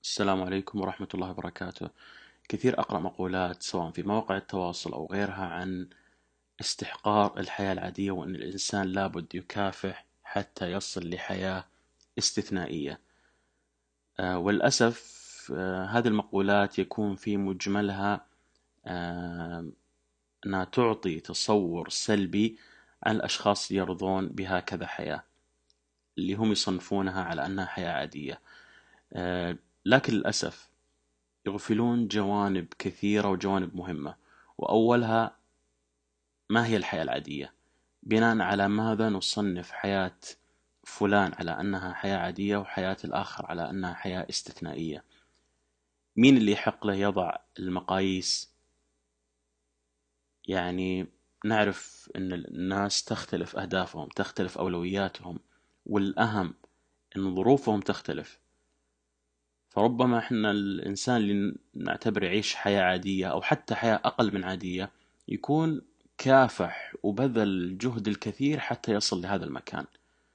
السلام عليكم ورحمة الله وبركاته. كثير أقرأ مقولات سواء في مواقع التواصل أو غيرها عن استحقار الحياة العادية، وأن الإنسان لابد يكافح حتى يصل لحياة استثنائية. وللأسف هذه المقولات يكون في مجملها آه، أنها تعطي تصور سلبي عن الأشخاص اللي يرضون بهكذا حياة، اللي هم يصنفونها على أنها حياة عادية. لكن للأسف يغفلون جوانب كثيرة وجوانب مهمة، وأولها ما هي الحياة العادية؟ بناء على ماذا نصنف حياة فلان على أنها حياة عادية وحياة الآخر على أنها حياة استثنائية؟ مين اللي يحق له يضع المقاييس؟ يعني نعرف أن الناس تختلف أهدافهم، تختلف أولوياتهم، والأهم أن ظروفهم تختلف. فربما احنا الإنسان اللي نعتبر يعيش حياة عادية أو حتى حياة أقل من عادية يكون كافح وبذل الجهد الكثير حتى يصل لهذا المكان.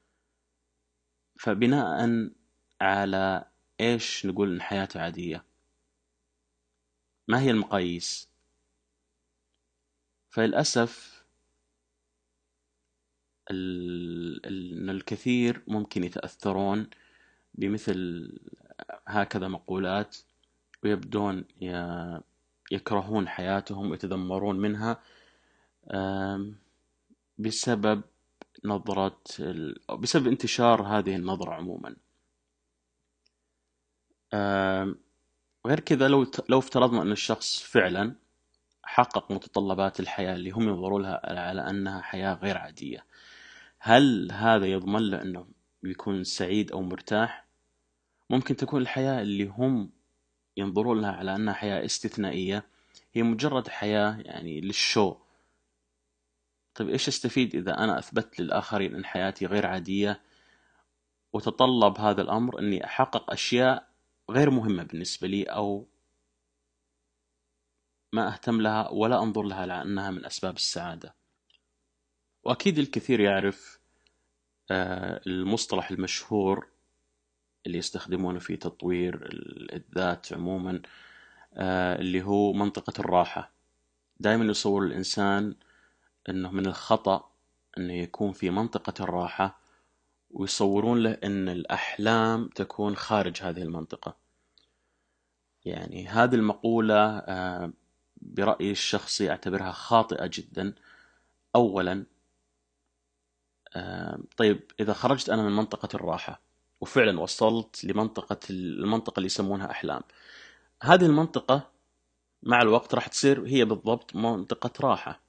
فبناء على إيش نقول إن حياته عادية؟ ما هي المقاييس؟ فللأسف إن الكثير ممكن يتأثرون بمثل هكذا مقولات، ويبدون يكرهون حياتهم ويتذمرون منها بسبب بسبب انتشار هذه النظرة عموما. غير كذا، لو افترضنا أن الشخص فعلا حقق متطلبات الحياة اللي هم ينظروا لها على أنها حياة غير عادية، هل هذا يضمن له أنه يكون سعيد أو مرتاح؟ ممكن تكون الحياة اللي هم ينظرون لها على أنها حياة استثنائية هي مجرد حياة يعني للشو. طيب إيش استفيد إذا أنا أثبت للآخرين أن حياتي غير عادية، وتطلب هذا الأمر أني أحقق أشياء غير مهمة بالنسبة لي، أو ما أهتم لها ولا أنظر لها على أنها من أسباب السعادة؟ وأكيد الكثير يعرف المصطلح المشهور اللي يستخدمونه في تطوير الذات عموما، اللي هو منطقة الراحة. دائما يصور الإنسان أنه من الخطأ أنه يكون في منطقة الراحة، ويصورون له أن الأحلام تكون خارج هذه المنطقة. يعني هذه المقولة برأيي الشخصي أعتبرها خاطئة جدا. أولا، طيب إذا خرجت أنا من منطقة الراحة وفعلا وصلت المنطقة اللي يسمونها أحلام، هذه المنطقة مع الوقت راح تصير هي بالضبط منطقة راحة.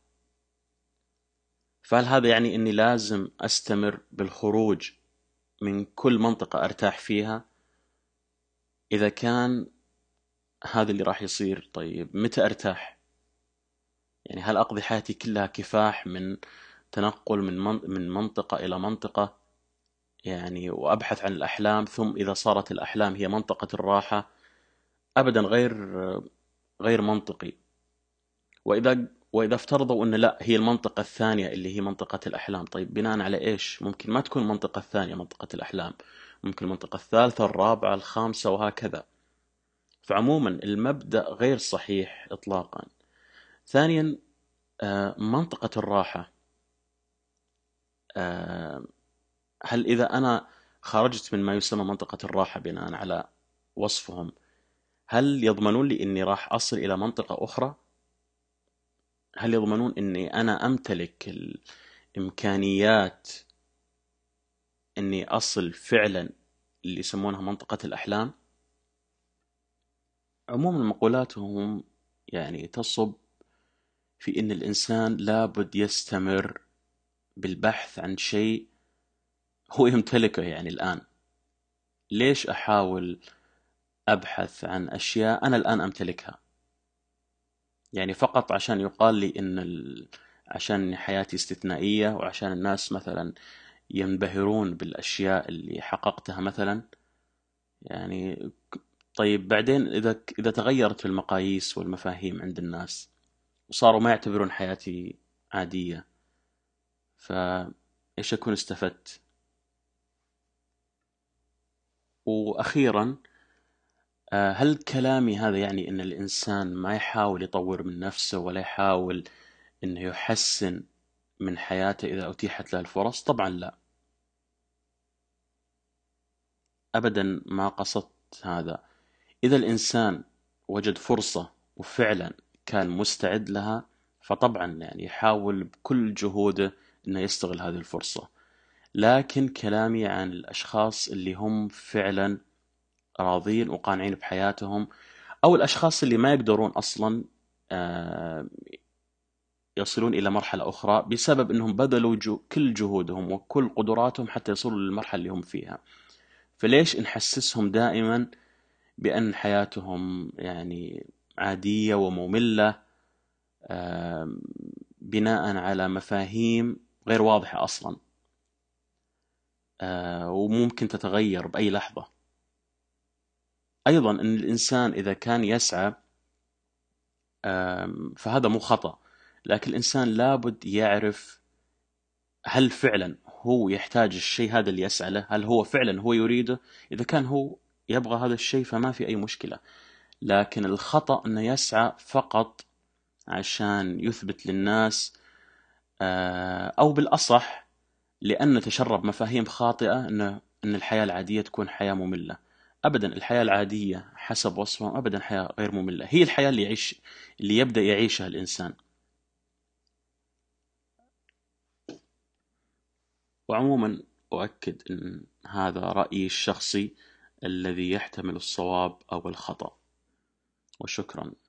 فهل هذا يعني أني لازم أستمر بالخروج من كل منطقة أرتاح فيها؟ إذا كان هذا اللي راح يصير، طيب متى أرتاح؟ يعني هل أقضي حياتي كلها كفاح من تنقل من منطقة إلى منطقة، يعني وأبحث عن الأحلام، ثم إذا صارت الأحلام هي منطقة الراحة؟ أبدا، غير منطقي. وإذا افترضوا أن لا، هي المنطقة الثانية اللي هي منطقة الأحلام، طيب بناء على إيش؟ ممكن ما تكون المنطقة الثانية منطقة الأحلام، ممكن المنطقة الثالثة الرابعة الخامسة وهكذا. فعموما المبدأ غير صحيح إطلاقا. ثانيا، منطقة الراحة، هل إذا أنا خرجت من ما يسمى منطقة الراحة بناء على وصفهم، هل يضمنون لي إني راح أصل إلى منطقة أخرى؟ هل يضمنون إني أنا أمتلك الإمكانيات إني أصل فعلا اللي يسمونها منطقة الأحلام؟ عموما مقولاتهم يعني تصب في إن الإنسان لابد يستمر بالبحث عن شيء هو يمتلكه. يعني الآن ليش أحاول أبحث عن أشياء أنا الآن أمتلكها؟ يعني فقط عشان يقال لي عشان حياتي استثنائية، وعشان الناس مثلا ينبهرون بالأشياء اللي حققتها مثلا. يعني طيب بعدين إذا تغيرت المقاييس والمفاهيم عند الناس وصاروا ما يعتبرون حياتي عادية، فإيش أكون استفدت؟ وأخيرا، هل كلامي هذا يعني أن الإنسان ما يحاول يطور من نفسه ولا يحاول أنه يحسن من حياته إذا أتيحت له الفرص؟ طبعا لا، أبدا ما قصدت هذا. إذا الإنسان وجد فرصة وفعلا كان مستعد لها، فطبعا يعني يحاول بكل جهوده أنه يستغل هذه الفرصة. لكن كلامي عن الأشخاص اللي هم فعلا راضين وقانعين بحياتهم، أو الأشخاص اللي ما يقدرون أصلا آه، يصلون إلى مرحلة أخرى بسبب أنهم بذلوا كل جهودهم وكل قدراتهم حتى يصلوا للمرحلة اللي هم فيها. فليش نحسسهم دائما بأن حياتهم يعني عادية ومملة، بناء على مفاهيم غير واضحة أصلا، وممكن تتغير بأي لحظة. أيضا أن الإنسان إذا كان يسعى فهذا مو خطأ، لكن الإنسان لابد يعرف هل فعلا هو يحتاج الشيء هذا اللي يسعى له، هل هو فعلا هو يريده. إذا كان هو يبغى هذا الشيء فما في أي مشكلة. لكن الخطأ أنه يسعى فقط عشان يثبت للناس، أو بالأصح لأنه تشرب مفاهيم خاطئة أن الحياة العادية تكون حياة مملة. أبدا، الحياة العادية حسب وصفهم أبدا حياة غير مملة، هي الحياة اللي يبدأ يعيشها الإنسان. وعموما أؤكد أن هذا رأيي الشخصي الذي يحتمل الصواب أو الخطأ. وشكرا.